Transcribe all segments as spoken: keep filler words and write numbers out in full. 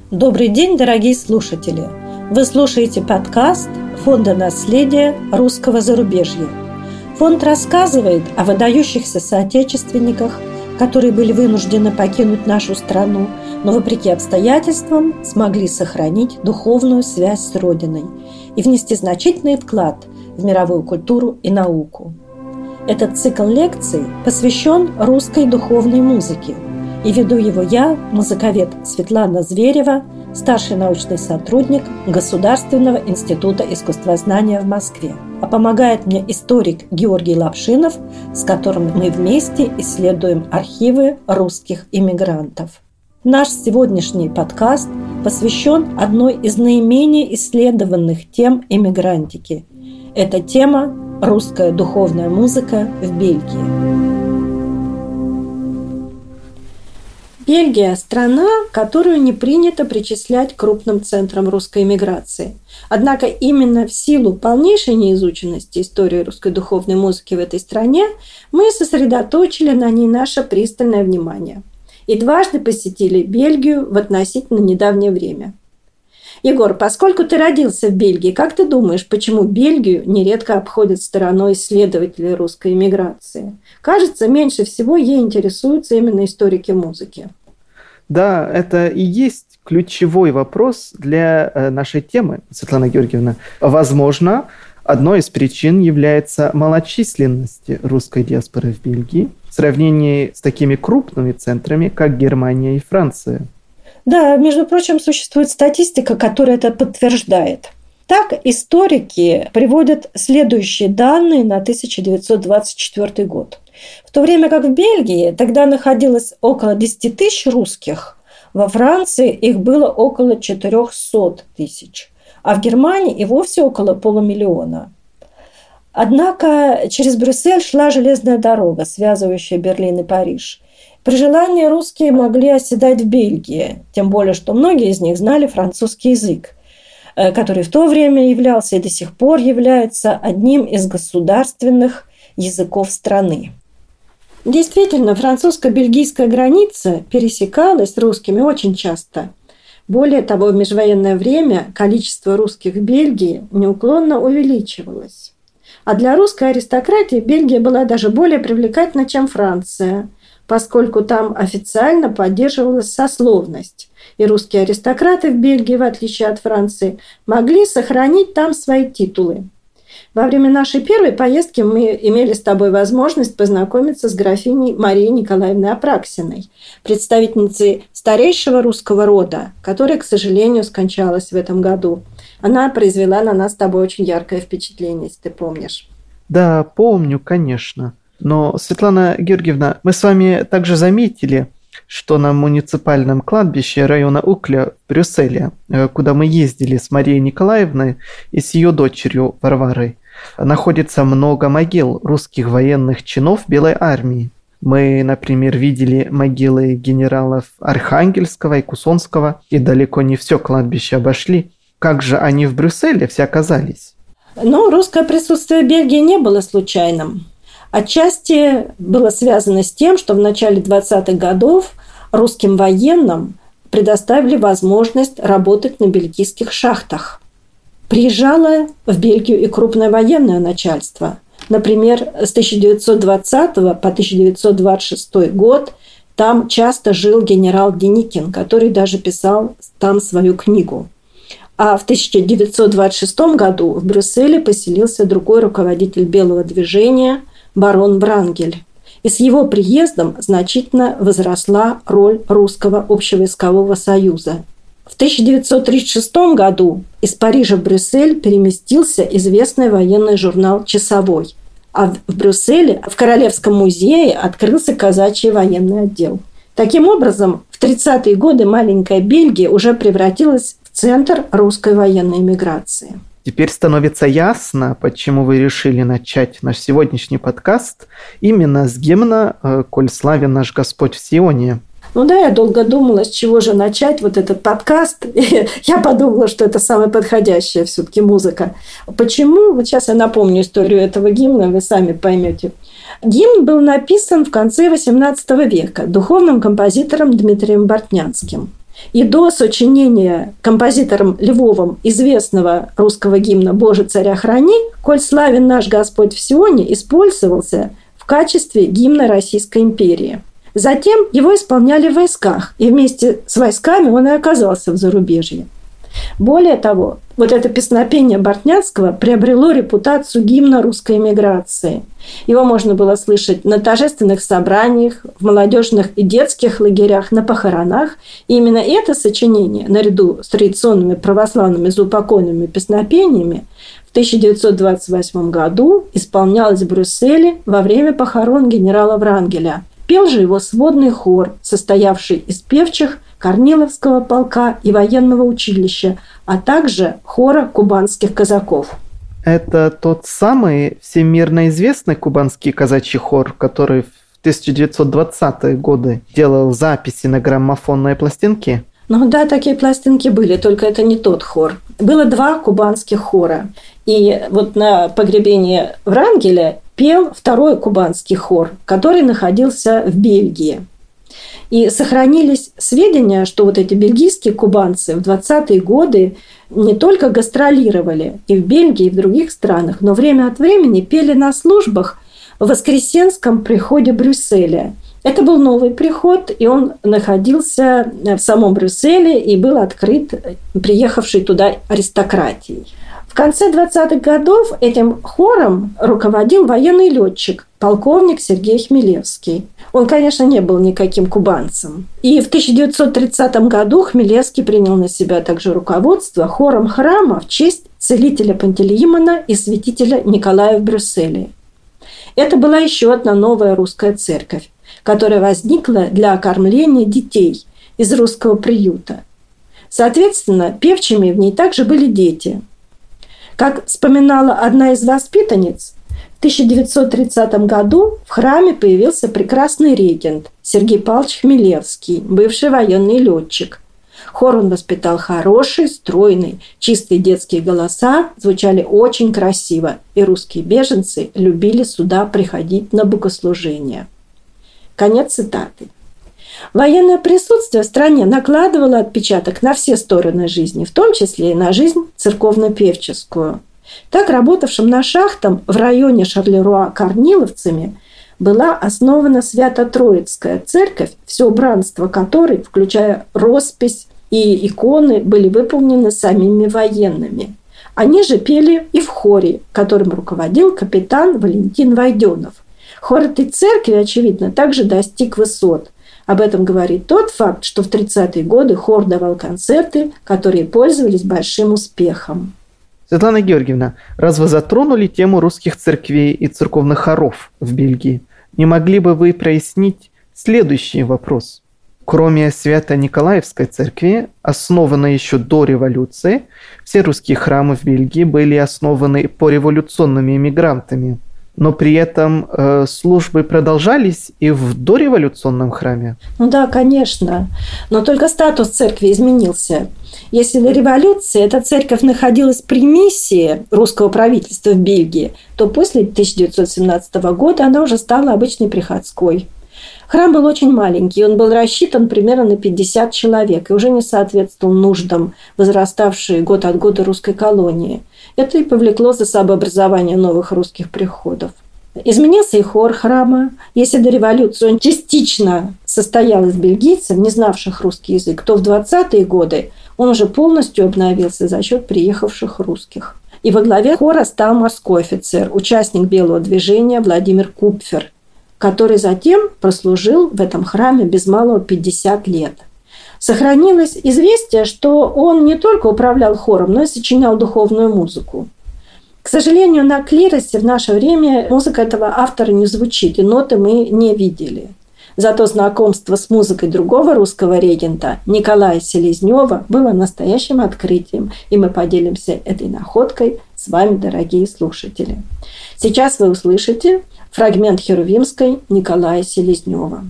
Добрый день, дорогие слушатели! Вы слушаете подкаст Фонда наследия русского зарубежья. Фонд рассказывает о выдающихся соотечественниках, которые были вынуждены покинуть нашу страну, но вопреки обстоятельствам смогли сохранить духовную связь с Родиной и внести значительный вклад в мировую культуру и науку. Этот цикл лекций посвящен русской духовной музыке, и веду его я, музыковед Светлана Зверева, старший научный сотрудник Государственного института искусствознания в Москве. А помогает мне историк Георгий Лапшинов, с которым мы вместе исследуем архивы русских иммигрантов. Наш сегодняшний подкаст посвящен одной из наименее исследованных тем иммигрантики. Это тема «Русская духовная музыка в Бельгии». Бельгия – страна, которую не принято причислять к крупным центрам русской эмиграции. Однако именно в силу полнейшей неизученности истории русской духовной музыки в этой стране мы сосредоточили на ней наше пристальное внимание и дважды посетили Бельгию в относительно недавнее время. Егор, поскольку ты родился в Бельгии, как ты думаешь, почему Бельгию нередко обходят стороной исследователи русской эмиграции? Кажется, меньше всего ей интересуются именно историки музыки. Да, это и есть ключевой вопрос для нашей темы, Светлана Георгиевна. Возможно, одной из причин является малочисленность русской диаспоры в Бельгии в сравнении с такими крупными центрами, как Германия и Франция. Да, между прочим, существует статистика, которая это подтверждает. Так, историки приводят следующие данные на тысяча девятьсот двадцать четвёртый год. В то время как в Бельгии тогда находилось около десять тысяч русских, во Франции их было около четыреста тысяч, а в Германии и вовсе около полумиллиона. Однако через Брюссель шла железная дорога, связывающая Берлин и Париж. При желании русские могли оседать в Бельгии, тем более, что многие из них знали французский язык, который в то время являлся и до сих пор является одним из государственных языков страны. Действительно, французско-бельгийская граница пересекалась русскими очень часто. Более того, в межвоенное время количество русских в Бельгии неуклонно увеличивалось. А для русской аристократии Бельгия была даже более привлекательна, чем Франция, поскольку там официально поддерживалась сословность. И русские аристократы в Бельгии, в отличие от Франции, могли сохранить там свои титулы. Во время нашей первой поездки мы имели с тобой возможность познакомиться с графиней Марией Николаевной Апраксиной, представительницей старейшего русского рода, которая, к сожалению, скончалась в этом году. Она произвела на нас с тобой очень яркое впечатление, если ты помнишь. Да, помню, конечно. Но, Светлана Георгиевна, мы с вами также заметили, что на муниципальном кладбище района Укля в Брюсселе, куда мы ездили с Марией Николаевной и с ее дочерью Варварой, находится много могил русских военных чинов Белой армии. Мы, например, видели могилы генералов Архангельского и Кусонского, и далеко не все кладбище обошли. Как же они в Брюсселе все оказались? Но русское присутствие в Бельгии не было случайным. Отчасти было связано с тем, что в начале двадцатых годов русским военным предоставили возможность работать на бельгийских шахтах. Приезжало в Бельгию и крупное военное начальство. Например, с тысяча девятьсот двадцатого по тысяча девятьсот двадцать шестой год там часто жил генерал Деникин, который даже писал там свою книгу. А в тысяча девятьсот двадцать шестом году в Брюсселе поселился другой руководитель белого движения – барон Врангель. И с его приездом значительно возросла роль русского общевойскового союза. В тысяча девятьсот тридцать шестом году из Парижа в Брюссель переместился известный военный журнал «Часовой». А в Брюсселе в Королевском музее открылся казачий военный отдел. Таким образом, в тридцатые годы маленькая Бельгия уже превратилась в центр русской военной эмиграции. Теперь становится ясно, почему вы решили начать наш сегодняшний подкаст именно с гимна «Коль славен наш Господь в Сионе». Ну да, я долго думала, с чего же начать вот этот подкаст. И я подумала, что это самая подходящая все-таки музыка. Почему? Вот сейчас я напомню историю этого гимна, вы сами поймете. Гимн был написан в конце восемнадцатого века духовным композитором Дмитрием Бортнянским. И до сочинения композитором Львовым известного русского гимна «Боже, царя храни», «Коль славен наш Господь в Сионе» использовался в качестве гимна Российской империи. Затем его исполняли в войсках, и вместе с войсками он и оказался в зарубежье. Более того, вот это песнопение Бортнянского приобрело репутацию гимна русской эмиграции. Его можно было слышать на торжественных собраниях, в молодежных и детских лагерях, на похоронах. И именно это сочинение, наряду с традиционными православными заупокойными песнопениями, в тысяча девятьсот двадцать восьмом году исполнялось в Брюсселе во время похорон генерала Врангеля. Пел же его сводный хор, состоявший из певчих Корниловского полка и военного училища, а также хора кубанских казаков. Это тот самый всемирно известный кубанский казачий хор, который в тысяча девятьсот двадцатые годы делал записи на граммофонные пластинки? Ну да, такие пластинки были, только это не тот хор. Было два кубанских хора. И вот на погребении Врангеля пел второй кубанский хор, который находился в Бельгии. И сохранились сведения, что вот эти бельгийские кубанцы в двадцатые годы не только гастролировали и в Бельгии, и в других странах, но время от времени пели на службах в Воскресенском приходе Брюсселя. Это был новый приход, и он находился в самом Брюсселе и был открыт приехавшей туда аристократией. В конце двадцатых годов этим хором руководил военный летчик, полковник Сергей Хмелевский. Он, конечно, не был никаким кубанцем. И в тысяча девятьсот тридцатом году Хмелевский принял на себя также руководство хором храма в честь целителя Пантелеимона и святителя Николая в Брюсселе. Это была еще одна новая русская церковь, которая возникла для окормления детей из русского приюта. Соответственно, певчими в ней также были дети. Как вспоминала одна из воспитанниц, в тысяча девятьсот тридцатом году в храме появился прекрасный регент Сергей Павлович Хмелевский, бывший военный летчик. Хор он воспитал хороший, стройный, чистые детские голоса звучали очень красиво, и русские беженцы любили сюда приходить на богослужение. Конец цитаты. Военное присутствие в стране накладывало отпечаток на все стороны жизни, в том числе и на жизнь церковно-певческую. Так, работавшим на шахтах в районе Шарлеруа корниловцами была основана Свято-Троицкая церковь, все убранство которой, включая роспись и иконы, были выполнены самими военными. Они же пели и в хоре, которым руководил капитан Валентин Войденов. Хор этой церкви, очевидно, также достиг высот. Об этом говорит тот факт, что в тридцатые годы хор давал концерты, которые пользовались большим успехом. Светлана Георгиевна, раз вы затронули тему русских церквей и церковных хоров в Бельгии, не могли бы вы прояснить следующий вопрос? Кроме Свято-Николаевской церкви, основанной еще до революции, все русские храмы в Бельгии были основаны пореволюционными эмигрантами. Но при этом э, службы продолжались и в дореволюционном храме? Ну да, конечно. Но только статус церкви изменился. Если до революции эта церковь находилась при миссии русского правительства в Бельгии, то после тысяча девятьсот семнадцатого года она уже стала обычной приходской. Храм был очень маленький, он был рассчитан примерно на пятьдесят человек и уже не соответствовал нуждам, возраставшей год от года русской колонии. Это и повлекло за собой образование новых русских приходов. Изменился и хор храма. Если до революции он частично состоял из бельгийцев, не знавших русский язык, то в двадцатые годы он уже полностью обновился за счет приехавших русских. И во главе хора стал морской офицер, участник белого движения Владимир Купфер, который затем прослужил в этом храме без малого пятьдесят лет. Сохранилось известие, что он не только управлял хором, но и сочинял духовную музыку. К сожалению, на клиросе в наше время музыка этого автора не звучит, и ноты мы не видели. Зато знакомство с музыкой другого русского регента, Николая Селезнева, было настоящим открытием, и мы поделимся этой находкой с вами, дорогие слушатели. Сейчас вы услышите фрагмент Херувимской Николая Селезнева.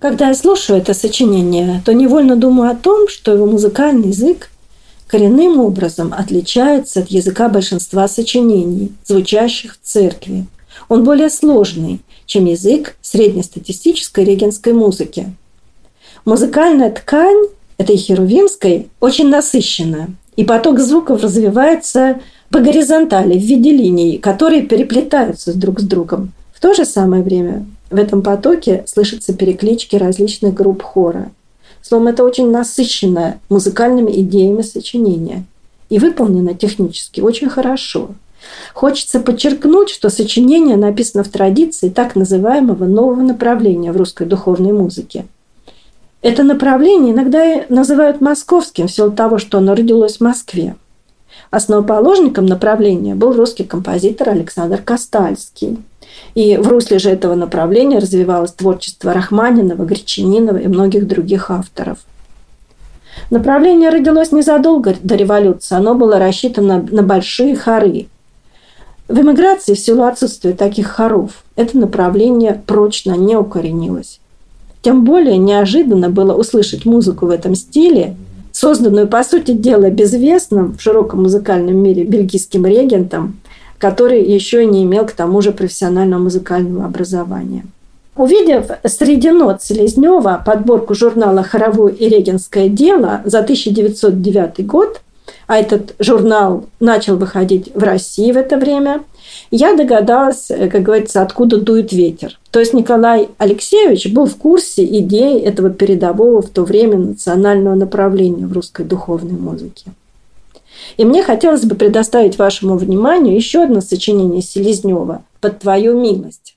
Когда я слушаю это сочинение, то невольно думаю о том, что его музыкальный язык коренным образом отличается от языка большинства сочинений, звучащих в церкви. Он более сложный, чем язык среднестатистической регенской музыки. Музыкальная ткань этой херувимской очень насыщенная, и поток звуков развивается по горизонтали в виде линий, которые переплетаются друг с другом. В то же самое время в этом потоке слышатся переклички различных групп хора. Словом, это очень насыщенное музыкальными идеями сочинение и выполнено технически очень хорошо. Хочется подчеркнуть, что сочинение написано в традиции так называемого нового направления в русской духовной музыке. Это направление иногда называют московским в силу того, что оно родилось в Москве. Основоположником направления был русский композитор Александр Костальский. И в русле же этого направления развивалось творчество Рахманинова, Гречанинова и многих других авторов. Направление родилось незадолго до революции. Оно было рассчитано на большие хоры. В эмиграции, в силу отсутствия таких хоров, это направление прочно не укоренилось. Тем более неожиданно было услышать музыку в этом стиле, созданную, по сути дела, безвестным в широком музыкальном мире бельгийским регентом, который еще и не имел к тому же профессионального музыкального образования. Увидев среди нот Селезнёва подборку журнала «Хоровое и регенское дело» за тысяча девятьсот девятый год, а этот журнал начал выходить в России в это время, я догадалась, как говорится, откуда дует ветер. То есть Николай Алексеевич был в курсе идей этого передового в то время национального направления в русской духовной музыке. И мне хотелось бы предоставить вашему вниманию еще одно сочинение Селезнёва «Под твою милость».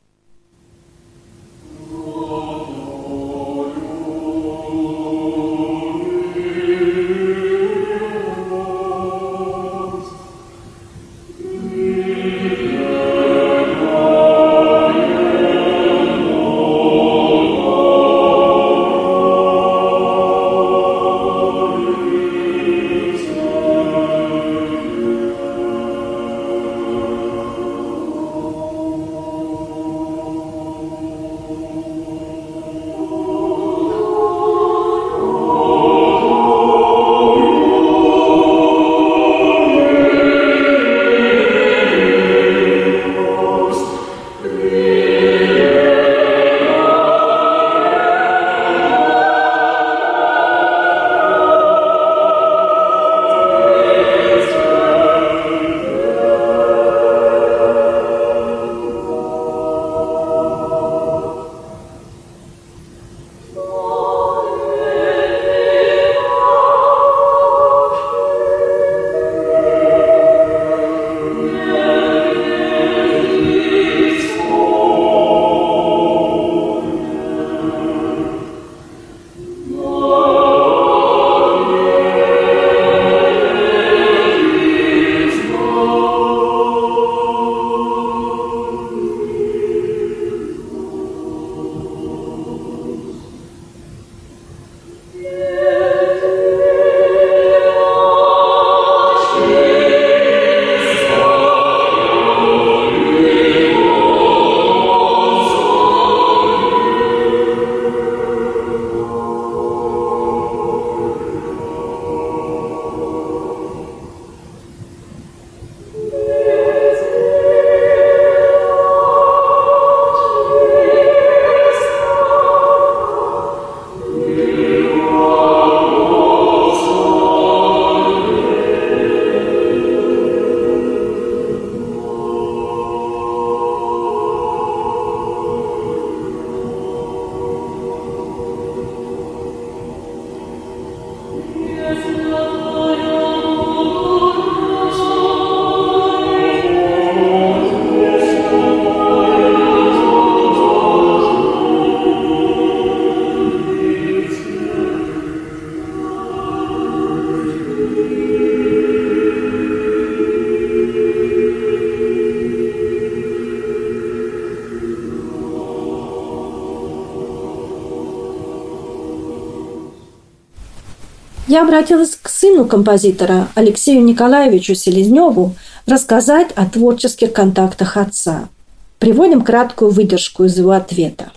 Я обратилась к сыну композитора Алексею Николаевичу Селезнёву рассказать о творческих контактах отца. Приводим краткую выдержку из его ответа.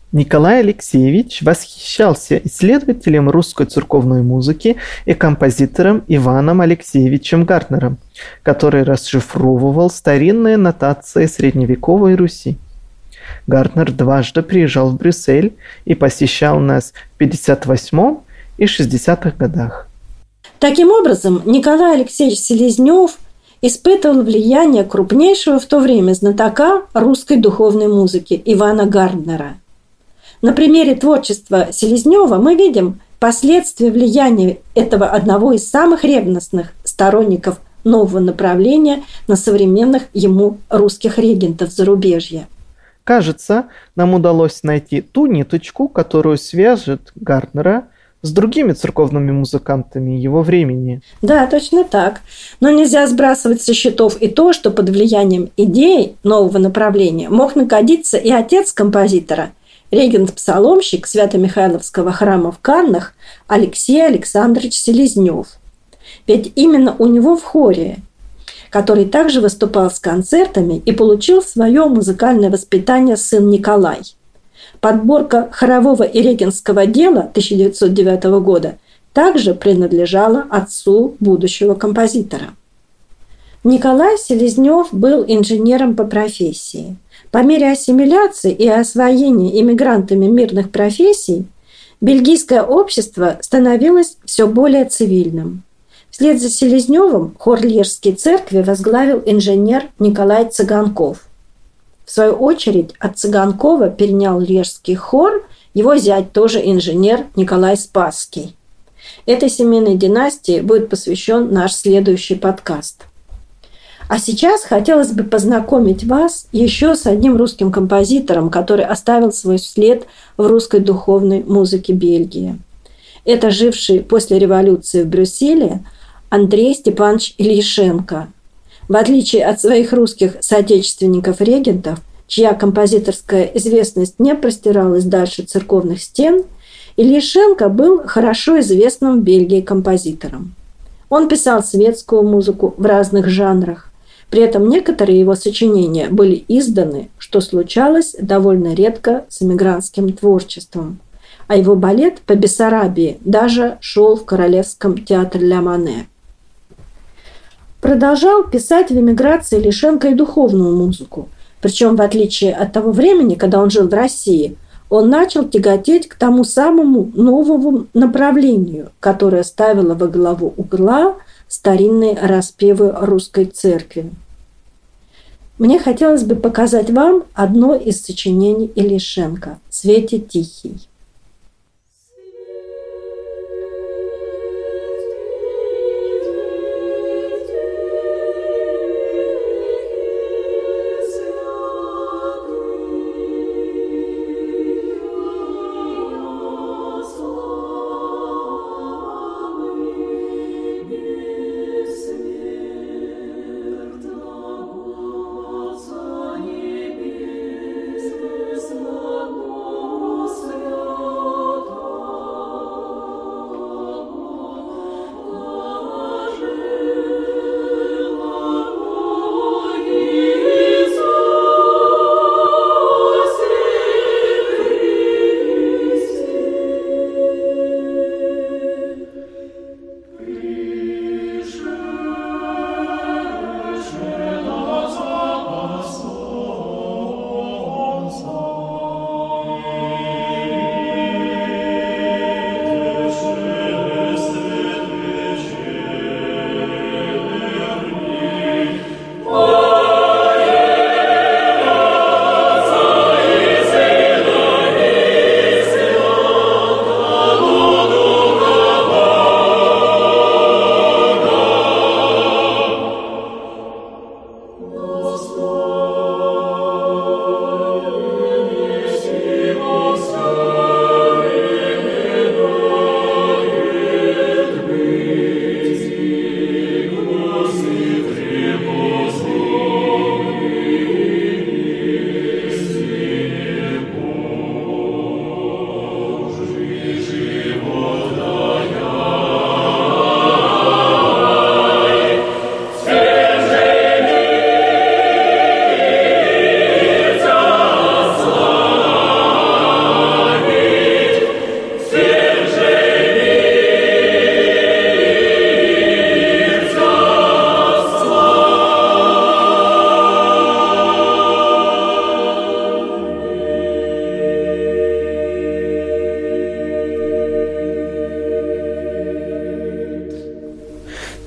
Николай Алексеевич восхищался исследователем русской церковной музыки и композитором Иваном Алексеевичем Гартнером, который расшифровывал старинные нотации средневековой Руси. Гартнер дважды приезжал в Брюссель и посещал нас в пятьдесят восьмом и шестидесятых годах. Таким образом, Николай Алексеевич Селезнев испытывал влияние крупнейшего в то время знатока русской духовной музыки Ивана Гартнера. На примере творчества Селезнева мы видим последствия влияния этого одного из самых ревностных сторонников нового направления на современных ему русских регентов зарубежья. Кажется, нам удалось найти ту ниточку, которую свяжет Гартнера с другими церковными музыкантами его времени. Да, точно так. Но нельзя сбрасывать со счетов и то, что под влиянием идей нового направления мог находиться и отец композитора, регент-псаломщик Свято-Михайловского храма в Каннах Алексей Александрович Селезнев. Ведь именно у него в хоре, который также выступал с концертами, и получил свое музыкальное воспитание сын Николай. Подборка хорового и регентского дела тысяча девятьсот девятого года также принадлежала отцу будущего композитора. Николай Селезнев был инженером по профессии. По мере ассимиляции и освоения иммигрантами мирных профессий бельгийское общество становилось все более цивильным. Вслед за Селезневым хор Лежской церкви возглавил инженер Николай Цыганков. В свою очередь от Цыганкова перенял Лежский хор его зять, тоже инженер Николай Спасский. Этой семейной династии будет посвящен наш следующий подкаст. А сейчас хотелось бы познакомить вас еще с одним русским композитором, который оставил свой след в русской духовной музыке Бельгии. Это живший после революции в Брюсселе Андрей Степанович Ильишенко. В отличие от своих русских соотечественников-регентов, чья композиторская известность не простиралась дальше церковных стен, Ильишенко был хорошо известным в Бельгии композитором. Он писал светскую музыку в разных жанрах. При этом некоторые его сочинения были изданы, что случалось довольно редко с эмигрантским творчеством. А его балет по Бессарабии даже шел в Королевском театре Ля Мане. Продолжал писать в эмиграции Ильишенко и духовную музыку. Причем, в отличие от того времени, когда он жил в России, он начал тяготеть к тому самому новому направлению, которое ставило во главу угла старинные распевы русской церкви. Мне хотелось бы показать вам одно из сочинений Ильишенко «Свете тихий». Слава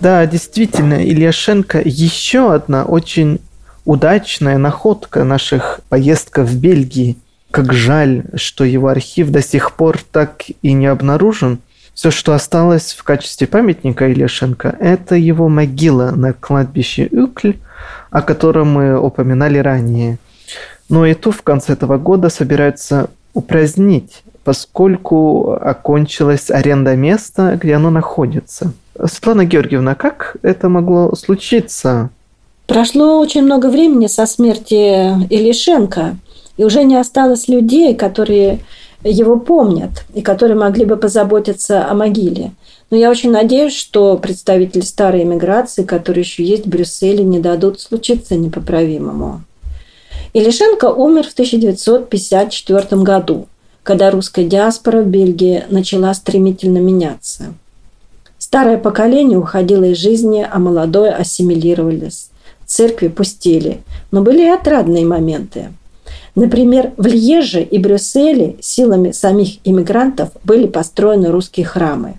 Да, действительно, Ильяшенко еще одна очень удачная находка наших поездок в Бельгии. Как жаль, что его архив до сих пор так и не обнаружен. Все, что осталось в качестве памятника Ильяшенко, это его могила на кладбище Укль, о котором мы упоминали ранее. Но и ту в конце этого года собираются упразднить, поскольку окончилась аренда места, где оно находится. Светлана Георгиевна, как это могло случиться? Прошло очень много времени со смерти Ильяшенко, и уже не осталось людей, которые его помнят и которые могли бы позаботиться о могиле. Но я очень надеюсь, что представители старой эмиграции, которые еще есть в Брюсселе, не дадут случиться непоправимому. Ильяшенко умер в тысяча девятьсот пятьдесят четвёртом году, когда русская диаспора в Бельгии начала стремительно меняться. Старое поколение уходило из жизни, а молодое ассимилировалось. Церкви пустели, но были и отрадные моменты. Например, в Льеже и Брюсселе силами самих иммигрантов были построены русские храмы.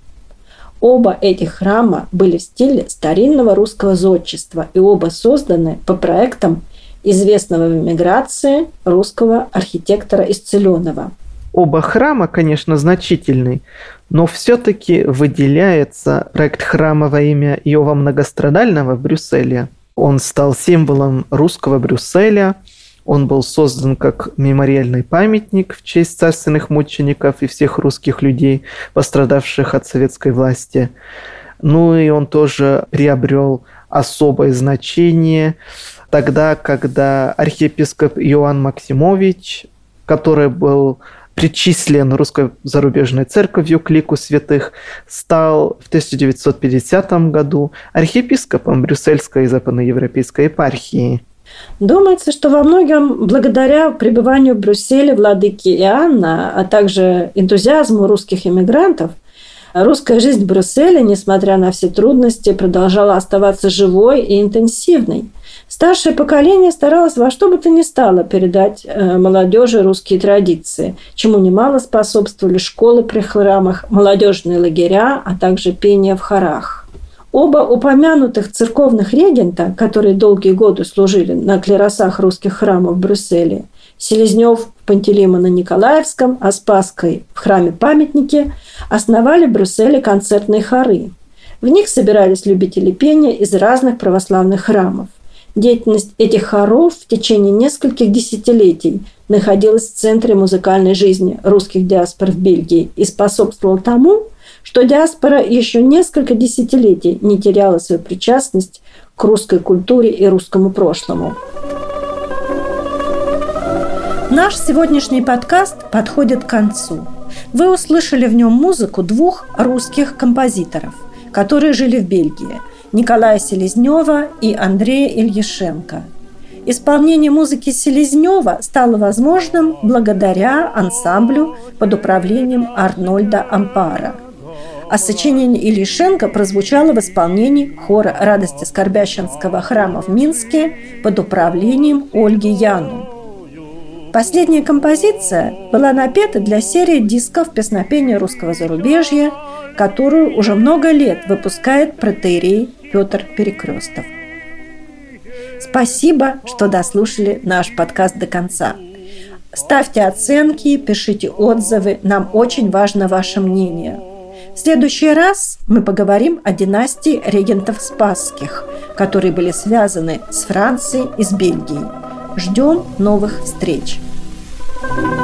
Оба этих храма были в стиле старинного русского зодчества, и оба созданы по проектам известного в эмиграции русского архитектора Исцеленова. Оба храма, конечно, значительны, но все-таки выделяется проект храма во имя Иова Многострадального в Брюсселе. Он стал символом русского Брюсселя. Он был создан как мемориальный памятник в честь царственных мучеников и всех русских людей, пострадавших от советской власти. Ну и он тоже приобрел особое значение тогда, когда архиепископ Иоанн Максимович, который был причислен Русской зарубежной церковью к лику святых, стал в тысяча девятьсот пятидесятом году архиепископом Брюссельской и западноевропейской епархии. Думается, что во многом благодаря пребыванию в Брюсселе владыки Иоанна, а также энтузиазму русских эмигрантов, русская жизнь в Брюсселе, несмотря на все трудности, продолжала оставаться живой и интенсивной. Старшее поколение старалось во что бы то ни стало передать молодежи русские традиции, чему немало способствовали школы при храмах, молодежные лагеря, а также пение в хорах. Оба упомянутых церковных регента, которые долгие годы служили на клиросах русских храмов в Брюсселе, Селезнёв в Пантелеймоно-Николаевском, а Спасской в храме-памятнике, основали в Брюсселе концертные хоры. В них собирались любители пения из разных православных храмов. Деятельность этих хоров в течение нескольких десятилетий находилась в центре музыкальной жизни русских диаспор в Бельгии и способствовала тому, что диаспора еще несколько десятилетий не теряла свою причастность к русской культуре и русскому прошлому. Наш сегодняшний подкаст подходит к концу. Вы услышали в нем музыку двух русских композиторов, которые жили в Бельгии – Николая Селезнёва и Андрея Ильяшенко. Исполнение музыки Селезнёва стало возможным благодаря ансамблю под управлением Арнольда Ампара. А сочинение Ильяшенко прозвучало в исполнении хора радости Скорбященского храма в Минске под управлением Ольги Янум. Последняя композиция была напета для серии дисков песнопения русского зарубежья, которую уже много лет выпускает протоиерей Петр Перекрестов. Спасибо, что дослушали наш подкаст до конца. Ставьте оценки, пишите отзывы, нам очень важно ваше мнение. В следующий раз мы поговорим о династии регентов Спасских, которые были связаны с Францией и с Бельгией. Ждем новых встреч! Thank you.